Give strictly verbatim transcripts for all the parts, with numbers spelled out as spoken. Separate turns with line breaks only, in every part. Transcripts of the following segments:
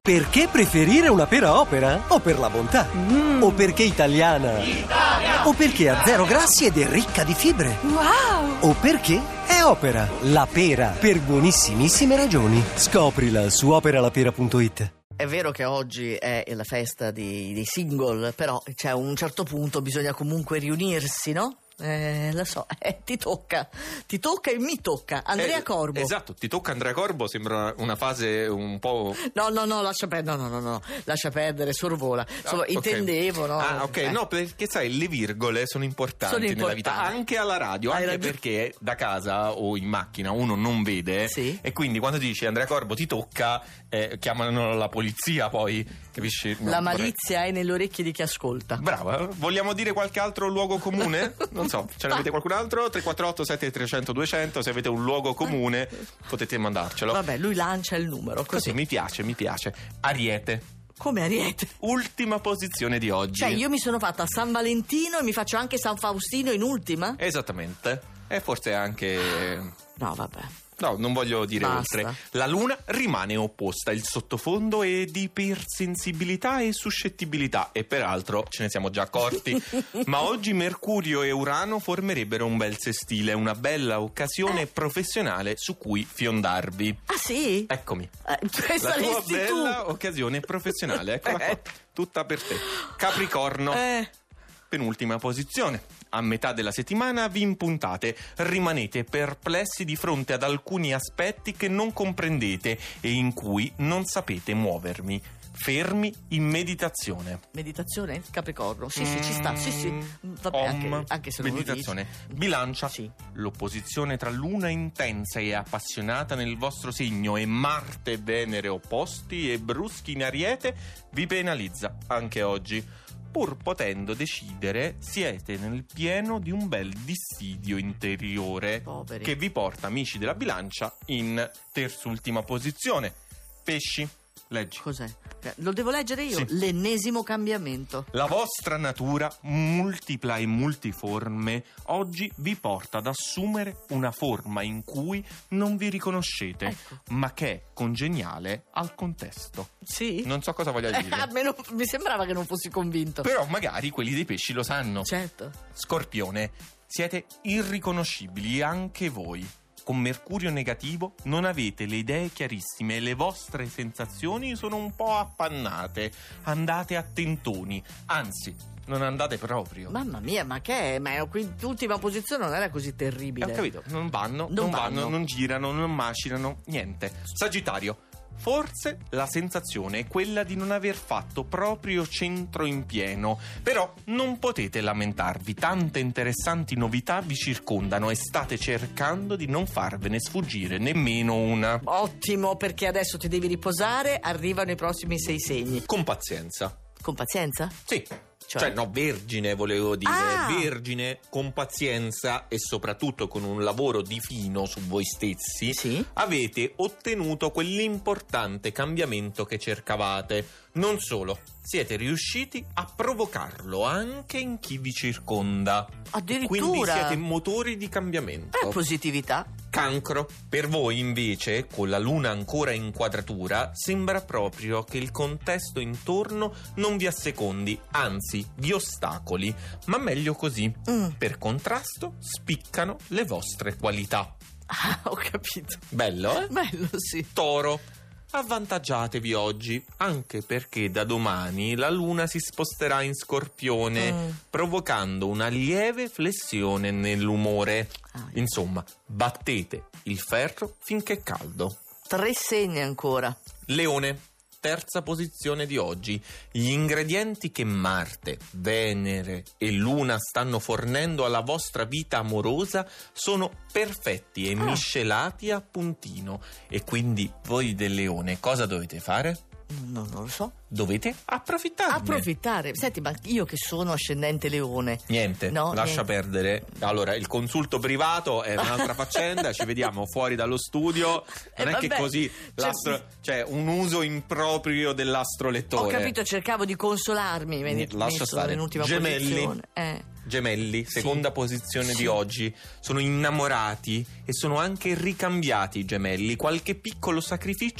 Perché preferire una pera Opera? O per la bontà? Mm. O perché italiana? Italia! O perché ha zero grassi ed è ricca di fibre?
Wow!
O perché è Opera, la pera, per buonissimissime ragioni. Scoprila su opera la pera punto it.
È vero che oggi è la festa dei, dei single, però c'è un certo punto bisogna comunque riunirsi, no? Eh, lo so, eh, ti tocca, ti tocca e mi tocca. Andrea
eh,
Corbo.
Esatto, ti tocca Andrea Corbo, sembra una fase un po'...
No, no, no, lascia perdere, no, no, no, no, lascia perdere, sorvola. Insomma,
ah, okay.
intendevo, no?
Ah, ok,
eh.
no, perché sai, le virgole sono importanti,
sono
nella
importanti.
vita, anche alla radio,
Hai
anche
ragione.
perché da casa o in macchina uno non vede,
sì.
E quindi quando ti dici Andrea Corbo ti tocca, eh, chiamano la polizia poi, capisci? No,
la malizia vorrei... è nelle orecchie di chi ascolta.
Brava, vogliamo dire qualche altro luogo comune? Non so, ce ne avete qualcuno altro? tre quattro otto sette tre zero zero due zero zero, se avete un luogo comune potete mandarcelo.
Vabbè, lui lancia il numero così.
Così, mi piace, mi piace. Ariete.
Come Ariete?
Ultima posizione di oggi.
Cioè io mi sono fatta San Valentino e mi faccio anche San Faustino in ultima?
Esattamente. E forse anche...
No, vabbè.
No, non voglio dire
Basta.
oltre. La luna rimane opposta, il sottofondo è di ipersensibilità e suscettibilità, e peraltro ce ne siamo già accorti. Ma oggi Mercurio e Urano formerebbero un bel sestile, una bella occasione
eh.
professionale su cui fiondarvi.
Ah sì?
Eccomi.
Eh,
La tua
tu.
bella occasione professionale, eccola qua, tutta per te. Capricorno.
Eh.
Penultima posizione. A metà della settimana vi impuntate, rimanete perplessi di fronte ad alcuni aspetti che non comprendete e in cui non sapete muovermi. Fermi in meditazione.
Meditazione? Capricorno? Sì, sì, ci sta, sì, sì. Vabbè,
Om,
anche, anche se non
meditazione.
lo dici.
Bilancia.
Sì.
L'opposizione tra luna intensa e appassionata nel vostro segno e Marte e Venere opposti e bruschi in Ariete vi penalizza anche oggi. Pur potendo decidere, siete nel pieno di un bel dissidio interiore.
Poveri.
Che vi porta, amici della bilancia, in terzultima posizione. Pesci. Leggi.
Cos'è? Lo devo leggere io?
Sì.
L'ennesimo cambiamento.
La vostra natura multipla e multiforme oggi vi porta ad assumere una forma in cui non vi riconoscete,
ecco.
ma che è congeniale al contesto.
Sì?
Non so cosa voglia dire.
A me non, mi sembrava che non fossi convinto.
Però magari quelli dei pesci lo sanno.
Certo.
Scorpione, siete irriconoscibili anche voi. Con Mercurio negativo non avete le idee chiarissime e le vostre sensazioni sono un po' appannate. Andate a tentoni, anzi, non andate proprio.
Mamma mia, ma che è? Ma è quest'ultima posizione non era così terribile.
Ho capito, non vanno,
Non
non,
vanno.
vanno, non girano, non macinano, niente. Sagittario. Forse la sensazione è quella di non aver fatto proprio centro in pieno, però non potete lamentarvi, tante interessanti novità vi circondano e state cercando di non farvene sfuggire nemmeno una.
Ottimo, perché adesso ti devi riposare, arrivano i prossimi sei segni.
Con pazienza.
Con pazienza?
Sì.
Cioè,
Cioè, no, vergine volevo dire,
ah!
vergine con pazienza e soprattutto con un lavoro di fino su voi stessi,
sì?
Avete ottenuto quell'importante cambiamento che cercavate. Non solo, siete riusciti a provocarlo anche in chi vi circonda.
Addirittura?
Quindi siete motori di cambiamento.
Eh, positività.
Cancro. Per voi invece, con la luna ancora in quadratura, sembra proprio che il contesto intorno non vi assecondi, anzi vi ostacoli. Ma meglio così.
Mm.
Per contrasto spiccano le vostre qualità.
Ah, ho capito.
Bello, eh?
Bello, sì.
Toro. Avvantaggiatevi oggi, anche perché da domani la luna si sposterà in Scorpione,
Mm.
provocando una lieve flessione nell'umore.
Ah,
Insomma, battete il ferro finché è caldo.
Tre segni ancora.
Leone. Terza posizione di oggi. Gli ingredienti che Marte, Venere e Luna stanno fornendo alla vostra vita amorosa sono perfetti e
Ah.
miscelati a puntino. E quindi voi del Leone cosa dovete fare?
No, non lo so.
Dovete approfittarne.
Approfittare. Senti, ma io che sono ascendente Leone.
Niente,
No,
lascia
niente.
perdere. Allora, il consulto privato è un'altra faccenda, ci vediamo fuori dallo studio. Non
Eh,
è che
vabbè.
così l'astro, cioè un uso improprio dell'astrolettore.
Ho capito, cercavo di consolarmi. Mi hai
Lascia
messo
stare.
in ultima
Gemelli.
posizione. Eh.
Gemelli, seconda
Sì.
posizione
Sì.
di oggi. Sono innamorati e sono anche ricambiati i gemelli. Qualche piccolo sacrificio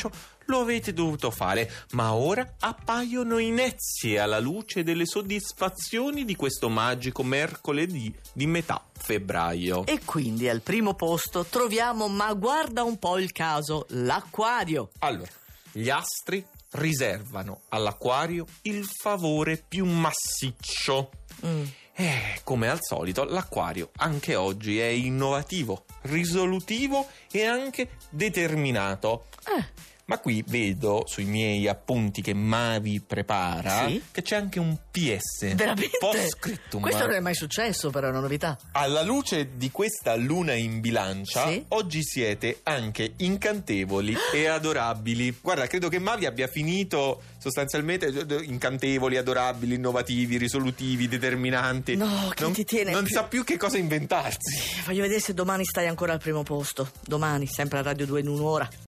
lo avete dovuto fare, ma ora appaiono inezie alla luce delle soddisfazioni di questo magico mercoledì di metà febbraio.
E quindi al primo posto troviamo, ma guarda un po' il caso, l'Acquario.
Allora, gli astri riservano all'Acquario il favore più massiccio.
Mm.
Eh, come al solito, l'Acquario anche oggi è innovativo, risolutivo e anche determinato.
Eh.
Ma qui vedo sui miei appunti che Mavi prepara,
sì?
che c'è anche un P S.
Veramente?
Post scriptum.
Questo non è mai successo, però è una novità.
Alla luce di questa luna in bilancia,
sì?
oggi siete anche incantevoli e adorabili. Guarda, credo che Mavi abbia finito sostanzialmente incantevoli, adorabili, innovativi, risolutivi, determinanti.
No, chi
non,
ti tiene
Non
più...
sa più che cosa inventarsi.
Voglio vedere se domani stai ancora al primo posto. Domani, sempre a Radio due in un'ora.